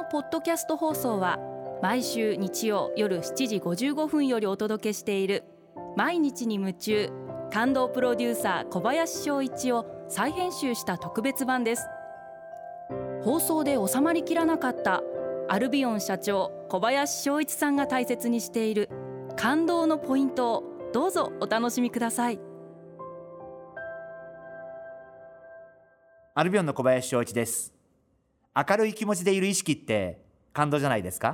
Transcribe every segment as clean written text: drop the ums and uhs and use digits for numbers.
ポッドキャスト放送は毎週日曜夜7時55分よりお届けしている毎日に夢中感動プロデューサー小林翔一を再編集した特別版です。放送で収まりきらなかったアルビオン社長小林翔一さんが大切にしている感動のポイントをどうぞお楽しみください。 アルビオンの小林翔一です。明るい気持ちでいる意識って感動じゃないですか？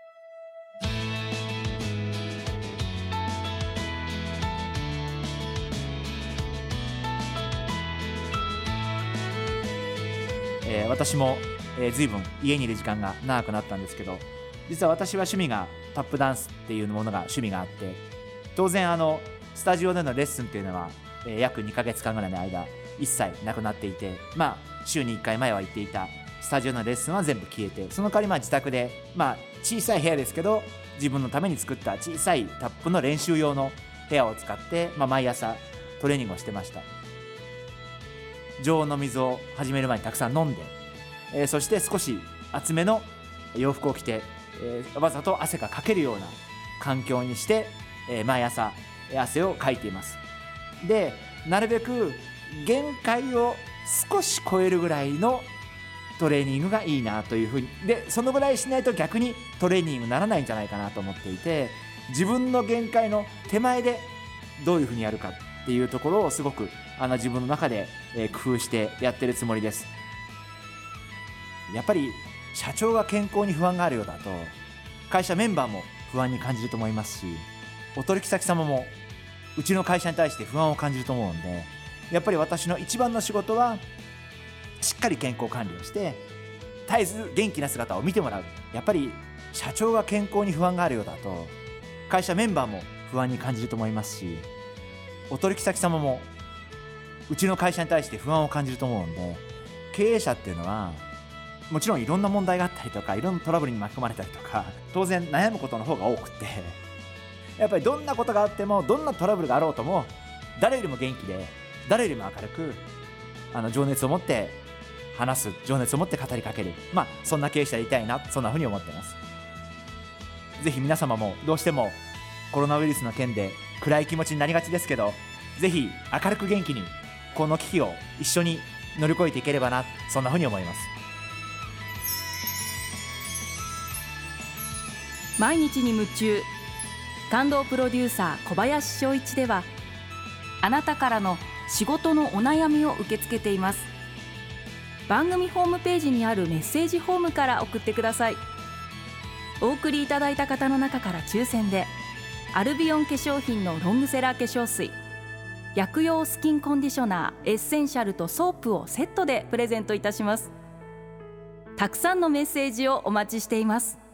私も、随分家にいる時間が長くなったんですけど、実は私は趣味がタップダンスっていうものが趣味があって、当然スタジオでのレッスンっていうのは、約2ヶ月間ぐらいの間一切なくなっていて、週に1回前は行っていたスタジオのレッスンは全部消えて、その代わり自宅で、小さい部屋ですけど自分のために作った小さいタップの練習用の部屋を使って、毎朝トレーニングをしてました。常温の水を始める前にたくさん飲んで、そして少し厚めの洋服を着て、わざと汗がかけるような環境にして、毎朝汗をかいています。で、なるべく限界を少し超えるぐらいのトレーニングがいいなというふうに、でそのぐらいしないと逆にトレーニングにならないんじゃないかなと思っていて、自分の限界の手前でどういうふうにやるかっていうところをすごく自分の中で工夫してやってるつもりです。やっぱり社長が健康に不安があるようだと会社メンバーも不安に感じると思いますし、お取引先様もうちの会社に対して不安を感じると思うんで、やっぱり私の一番の仕事はしっかり健康管理をして絶えず元気な姿を見てもらう。やっぱり社長が健康に不安があるようだと会社メンバーも不安に感じると思いますし、お取引先様もうちの会社に対して不安を感じると思うんで、経営者っていうのはもちろんいろんな問題があったりとか、いろんなトラブルに巻き込まれたりとか、当然悩むことの方が多くて、やっぱりどんなことがあってもどんなトラブルがあろうとも誰よりも元気で誰よりも明るく情熱を持って話す、情熱を持って語りかける、そんな経営者でいたいな、そんなふうに思っています。ぜひ皆様もどうしてもコロナウイルスの件で暗い気持ちになりがちですけど、ぜひ明るく元気にこの危機を一緒に乗り越えていければな、そんなふうに思います。 毎日に夢中感動プロデューサー小林翔一では、あなたからの仕事のお悩みを受け付けています。番組ホームページにあるメッセージフォームから送ってください。お送りいただいた方の中から抽選でアルビオン化粧品のロングセラー化粧水、薬用スキンコンディショナーエッセンシャルとソープをセットでプレゼントいたします。たくさんのメッセージをお待ちしています。